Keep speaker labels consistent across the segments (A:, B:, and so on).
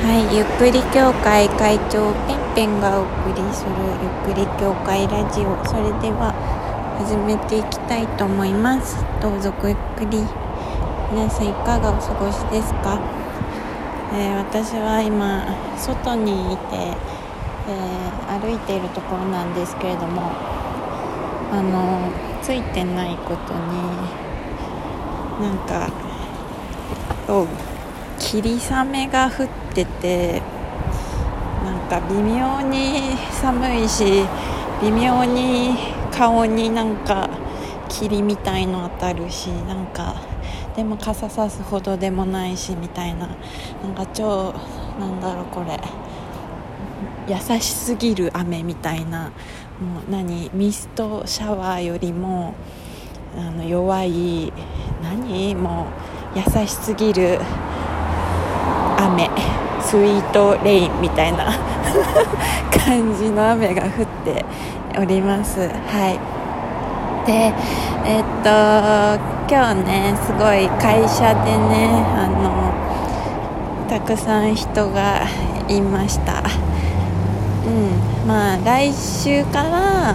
A: はい、ゆっくり協会会長ペンペンがお送りするゆっくり協会ラジオ。それでは始めていきたいと思います。どうぞごゆっくり。皆さんいかがお過ごしですか？私は今外にいて、歩いているところなんですけれども、ついてないことに霧雨が降ってて、微妙に寒いし、微妙に顔に霧みたいの当たるし、でも傘さすほどでもないしみたいな、超これ優しすぎる雨みたいな、ミストシャワーよりも弱い、もう優しすぎる雨、スイートレインみたいな感じの雨が降っております。はい。で、今日ね、すごい会社でね、たくさん人がいました。来週から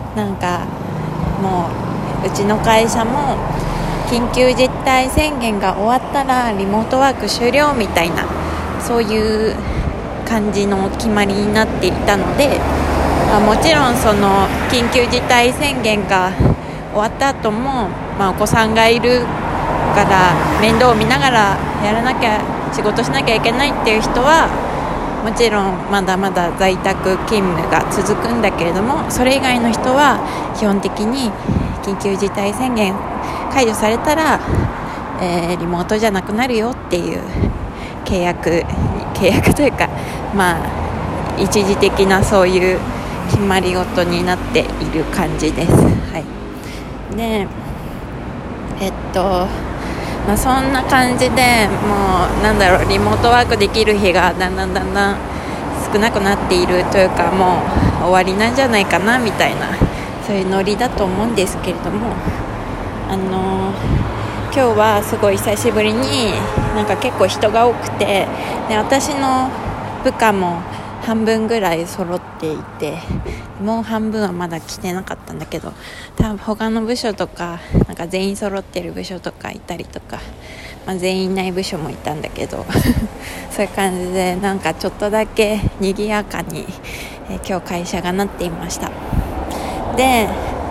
A: もううちの会社も緊急事態宣言が終わったらリモートワーク終了みたいな、そういう感じの決まりになっていたので、もちろんその緊急事態宣言が終わった後も、お子さんがいるから面倒を見ながら仕事しなきゃいけないっていう人はもちろんまだまだ在宅勤務が続くんだけれども、それ以外の人は基本的に緊急事態宣言解除されたら、リモートじゃなくなるよっていう契約というか、一時的なそういう決まり事になっている感じです。はい。で、そんな感じでもうリモートワークできる日がだんだん少なくなっているというか、もう終わりなんじゃないかなみたいな、そういうノリだと思うんですけれども、今日はすごい久しぶりに結構人が多くて、で私の部下も半分ぐらい揃っていて、もう半分はまだ来てなかったんだけど、多分他の部署とか全員揃ってる部署とかいたりとか、全員いない部署もいたんだけどそういう感じでちょっとだけ賑やかに、今日会社がなっていました。で、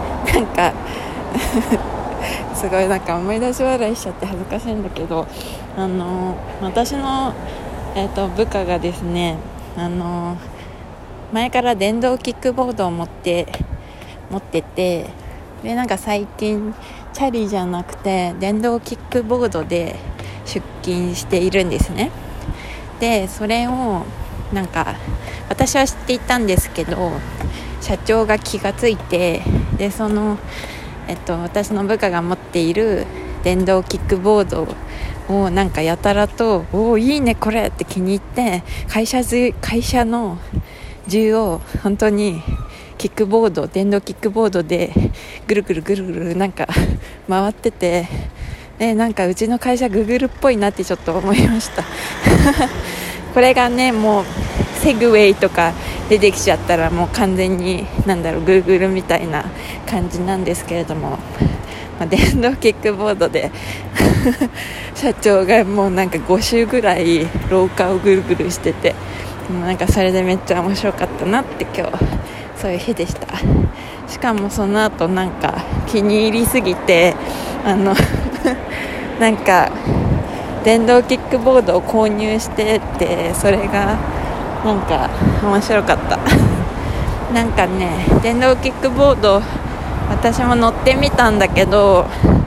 A: すごい思い出し笑いしちゃって恥ずかしいんだけど、私の、部下がですね、前から電動キックボードを持ってて、で最近チャリじゃなくて電動キックボードで出勤しているんですね。でそれを私は知っていたんですけど、社長が気がついて、でその私の部下が持っている電動キックボードをやたらといいねこれって気に入って、会社の中を本当に電動キックボードでぐるぐる回ってて、でうちの会社グーグルっぽいなってちょっと思いましたこれがね、もうセグウェイとか出てきちゃったらもう完全にグーグルみたいな感じなんですけれども、電動キックボードで社長がもう5周ぐらい廊下をぐるぐるしてて、それでめっちゃ面白かったなって今日そういう日でした。しかもその後気に入りすぎて電動キックボードを購入してって、それが面白かった電動キックボード私も乗ってみたんだけど、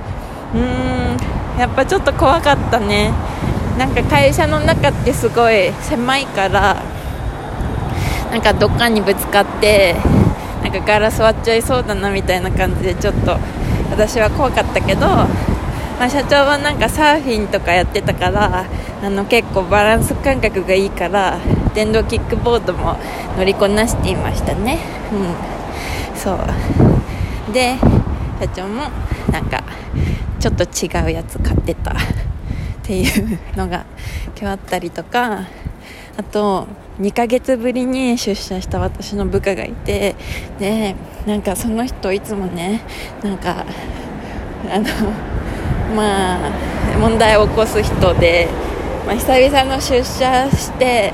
A: やっぱちょっと怖かったね。会社の中ってすごい狭いから、どっかにぶつかってガラス割っちゃいそうだなみたいな感じで、ちょっと私は怖かったけど、社長はサーフィンとかやってたから、結構バランス感覚がいいから電動キックボードも乗りこなしていましたね。そうで、社長もちょっと違うやつ買ってたっていうのが今日あったりとか、 あと2ヶ月ぶりに出社した私の部下がいて、でなんかその人いつもねなんか問題を起こす人で、久々の出社して、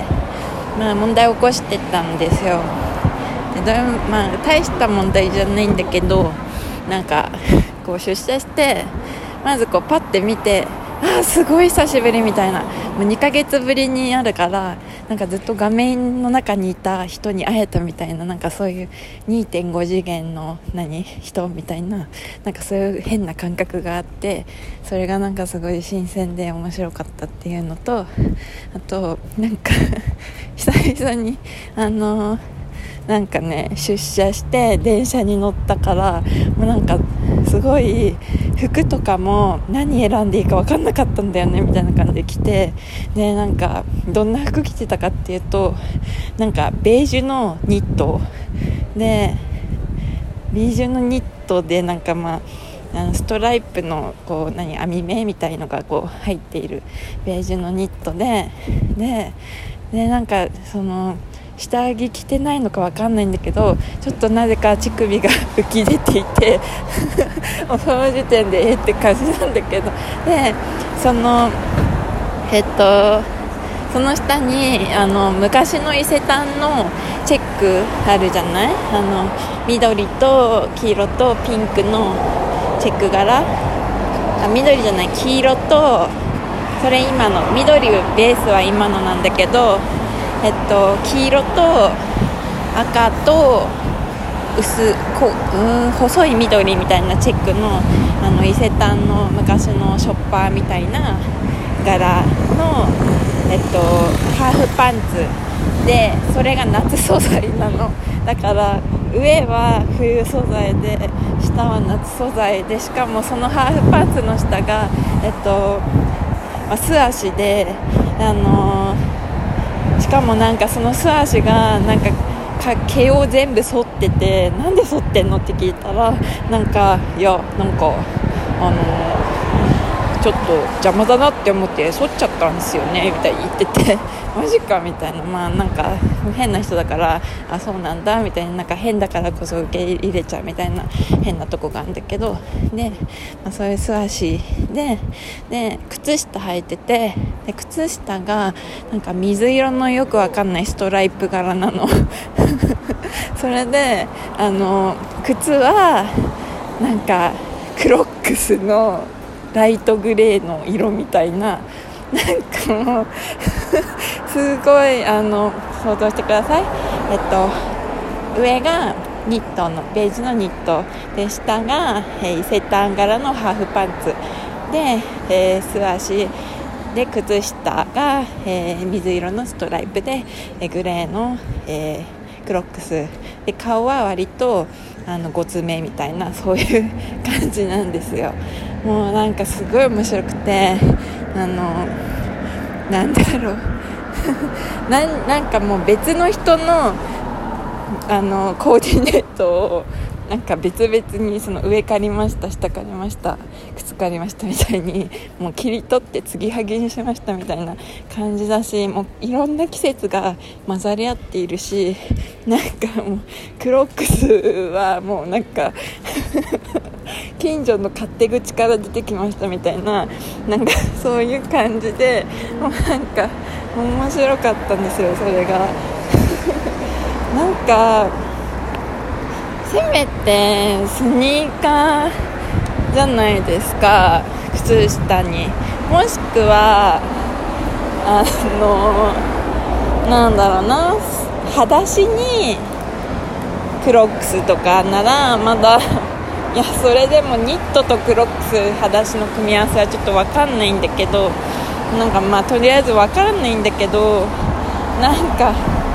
A: 問題を起こしてたんですよ。で大した問題じゃないんだけど、なんかこう出社してまずこうパッて見て、すごい久しぶりみたいな、もう2ヶ月ぶりになるから、なんかずっと画面の中にいた人に会えたみたいな、なんかそういう 2.5 次元の人みたいな、なんかそういう変な感覚があって、それがなんかすごい新鮮で面白かったっていうのと、あとなんか久々になんかね出社して電車に乗ったから、もうなんかすごい服とかも何選んでいいか分かんなかったんだよねみたいな感じで来て、でなんかどんな服着てたかっていうと、なんかベージュのニットで、なんかストライプのこう網目みたいのがこう入っているベージュのニットでなんかその下着着てないのか分かんないんだけど、ちょっとなぜか乳首が浮き出ていてもうその時点でって感じなんだけど、でその下に昔の伊勢丹のチェックあるじゃない、緑と黄色とピンクのチェック柄、緑じゃない黄色と、それ今の緑ベースは今のなんだけど、黄色と赤と細い緑みたいなチェックの伊勢丹の昔のショッパーみたいな柄のハーフパンツで、それが夏素材なの。だから上は冬素材で下は夏素材で、しかもそのハーフパンツの下が素足でしかもなんかその素足がなんか毛を全部剃ってて、なんで剃ってんのって聞いたら、なんかちょっと邪魔だなって思って剃っちゃったんですよねみたいに言っててマジかみたいな、なんか変な人だから、そうなんだみたいな、なんか変だからこそ受け入れちゃうみたいな変なとこがあるんだけど、で、そういう素足で靴下履いてて、で靴下がなんか水色のよくわかんないストライプ柄なのそれで靴はなんかクロックスのライトグレーの色みたいな、なんかもうすごい想像してください。上がニットのベージュのニットで、下が、伊勢丹柄のハーフパンツで、素足で、靴下が、水色のストライプで、グレーの、クロックスで、顔は割とごつめみたいな、そういう感じなんですよ。もうなんかすごい面白くて、なんだろうなんかもう別の人のコーディネートをなんか別々に、その上借りました、下借りました、靴借りましたみたいに、もう切り取って継ぎはぎにしましたみたいな感じだし、もういろんな季節が混ざり合っているし、なんかもうクロックスはもうなんか近所の勝手口から出てきましたみたいな、なんかそういう感じで、もうなんか面白かったんですよ、それがなんかせめてスニーカーじゃないですか、靴下に。もしくはなんだろうな、裸足にクロックスとかならまだいや、それでもニットとクロックス裸足の組み合わせはちょっと分かんないんだけど、なんかとりあえず分かんないんだけど、なんか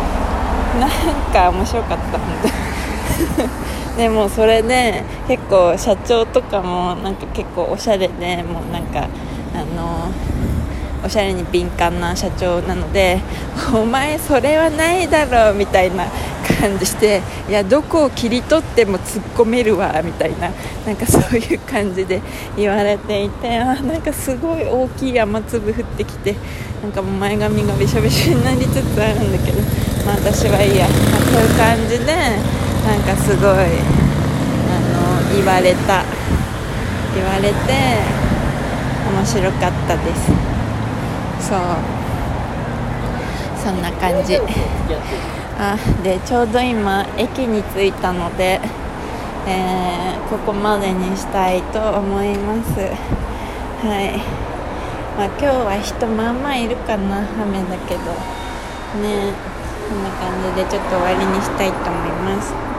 A: 面白かった本当でもそれで結構社長とかもなんか結構おしゃれで、もうなんかおしゃれに敏感な社長なので、お前それはないだろうみたいな感じして、いやどこを切り取っても突っ込めるわみたいな、なんかそういう感じで言われていて、なんかすごい大きい雨粒降ってきて、なんかもう前髪がびしょびしょになりつつあるんだけど、私はいいや、そういう感じでなんかすごい言われて面白かったです。そう、そんな感じ。でちょうど今駅に着いたので、ここまでにしたいと思います。はい、今日は人まあまあいるかな、雨だけどね。こんな感じでちょっと終わりにしたいと思います。